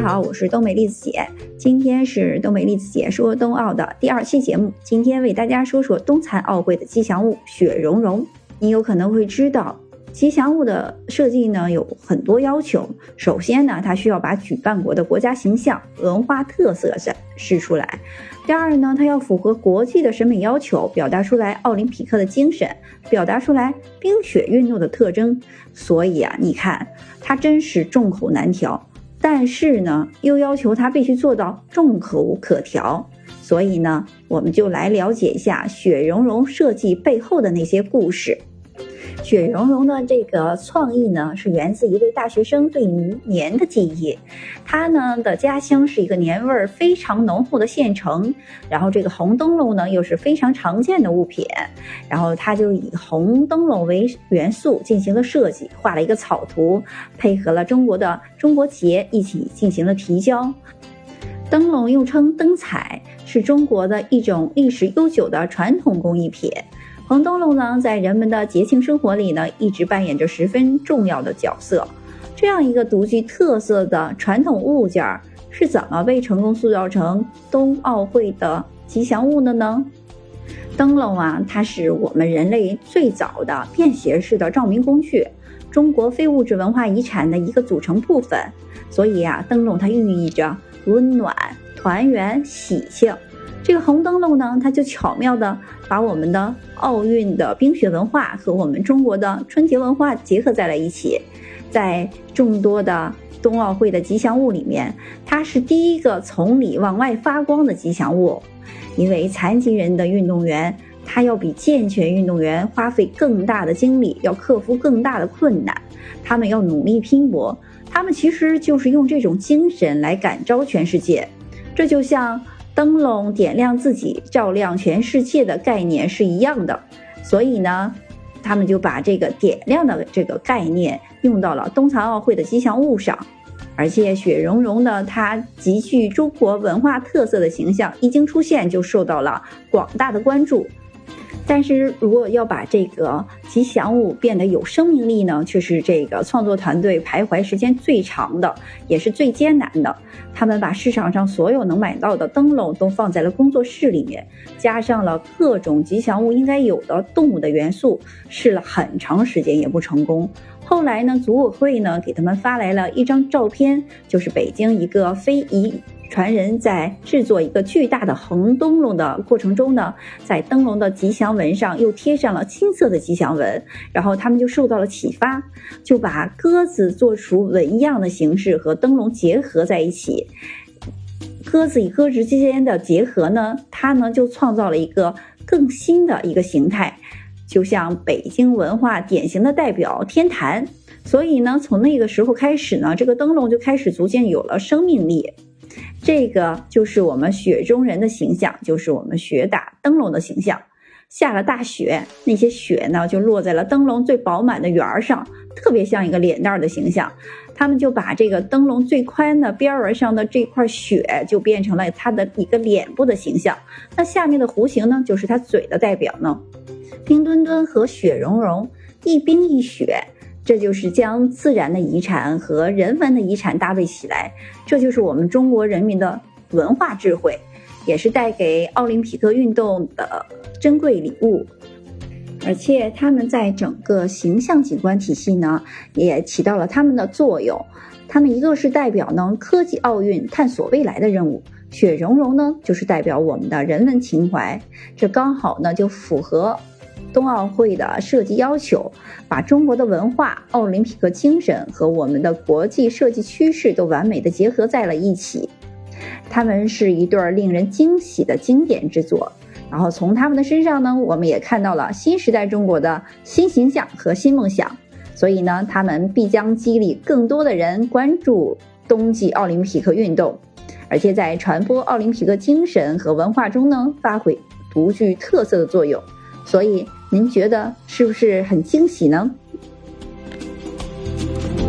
好，我是东北栗子姐，今天是东北栗子姐说冬奥的第2期节目，今天为大家说说冬残奥会的吉祥物雪融融。你有可能会知道，吉祥物的设计呢有很多要求。首先呢，它需要把举办国的国家形象、文化特色展示出来。第二呢，它要符合国际的审美要求，表达出来奥林匹克的精神，表达出来冰雪运动的特征。所以你看，它真是众口难调，但是呢，又要求它必须做到众口可调。所以呢，我们就来了解一下雪融融设计背后的那些故事。雪融融的这个创意呢，是源自一位大学生对于年的记忆。他呢的家乡是一个年味非常浓厚的县城，然后这个红灯笼呢又是非常常见的物品，然后他就以红灯笼为元素进行了设计，画了一个草图，配合了中国结一起进行了提交。灯笼又称灯彩，是中国的一种历史悠久的传统工艺品。红灯笼呢，在人们的节庆生活里呢，一直扮演着十分重要的角色。这样一个独具特色的传统物件是怎么被成功塑造成冬奥会的吉祥物的呢？灯笼它是我们人类最早的便携式的照明工具，中国非物质文化遗产的一个组成部分。所以灯笼它寓意着温暖、团圆、喜庆。这个红灯笼呢，它就巧妙地把我们的奥运的冰雪文化和我们中国的春节文化结合在了一起。在众多的冬奥会的吉祥物里面，它是第一个从里往外发光的吉祥物。因为残疾人的运动员，他要比健全运动员花费更大的精力，要克服更大的困难，他们要努力拼搏，他们其实就是用这种精神来感召全世界。这就像灯笼点亮自己，照亮全世界的概念是一样的。所以呢，他们就把这个点亮的这个概念用到了冬残奥会的吉祥物上。而且雪融融呢，它极具中国文化特色的形象一经出现就受到了广大的关注。但是如果要把这个吉祥物变得有生命力呢，却是这个创作团队徘徊时间最长的，也是最艰难的。他们把市场上所有能买到的灯笼都放在了工作室里面，加上了各种吉祥物应该有的动物的元素，试了很长时间也不成功。后来呢，组委会呢给他们发来了一张照片，就是北京一个非遗传人在制作一个巨大的红灯笼的过程中呢，在灯笼的吉祥纹上又贴上了青色的吉祥纹，然后他们就受到了启发，就把鸽子做出纹样的形式和灯笼结合在一起。鸽子与鸽子之间的结合呢，它呢就创造了一个更新的一个形态，就像北京文化典型的代表天坛。所以呢，从那个时候开始呢，这个灯笼就开始逐渐有了生命力。这个就是我们雪中人的形象，就是我们雪打灯笼的形象。下了大雪，那些雪呢就落在了灯笼最饱满的圆上，特别像一个脸蛋的形象。他们就把这个灯笼最宽的边儿上的这块雪就变成了它的一个脸部的形象，那下面的弧形呢就是它嘴的代表呢。冰墩墩和雪融融，一冰一雪，这就是将自然的遗产和人文的遗产搭配起来，这就是我们中国人民的文化智慧，也是带给奥林匹克运动的珍贵礼物。而且他们在整个形象景观体系呢，也起到了他们的作用。他们一个是代表呢科技奥运探索未来的任务，雪融融呢就是代表我们的人文情怀，这刚好呢就符合冬奥会的设计要求，把中国的文化、奥林匹克精神和我们的国际设计趋势都完美的结合在了一起。他们是一对令人惊喜的经典之作，然后从他们的身上呢，我们也看到了新时代中国的新形象和新梦想。所以呢，他们必将激励更多的人关注冬季奥林匹克运动，而且在传播奥林匹克精神和文化中呢，发挥独具特色的作用。所以您觉得是不是很惊喜呢？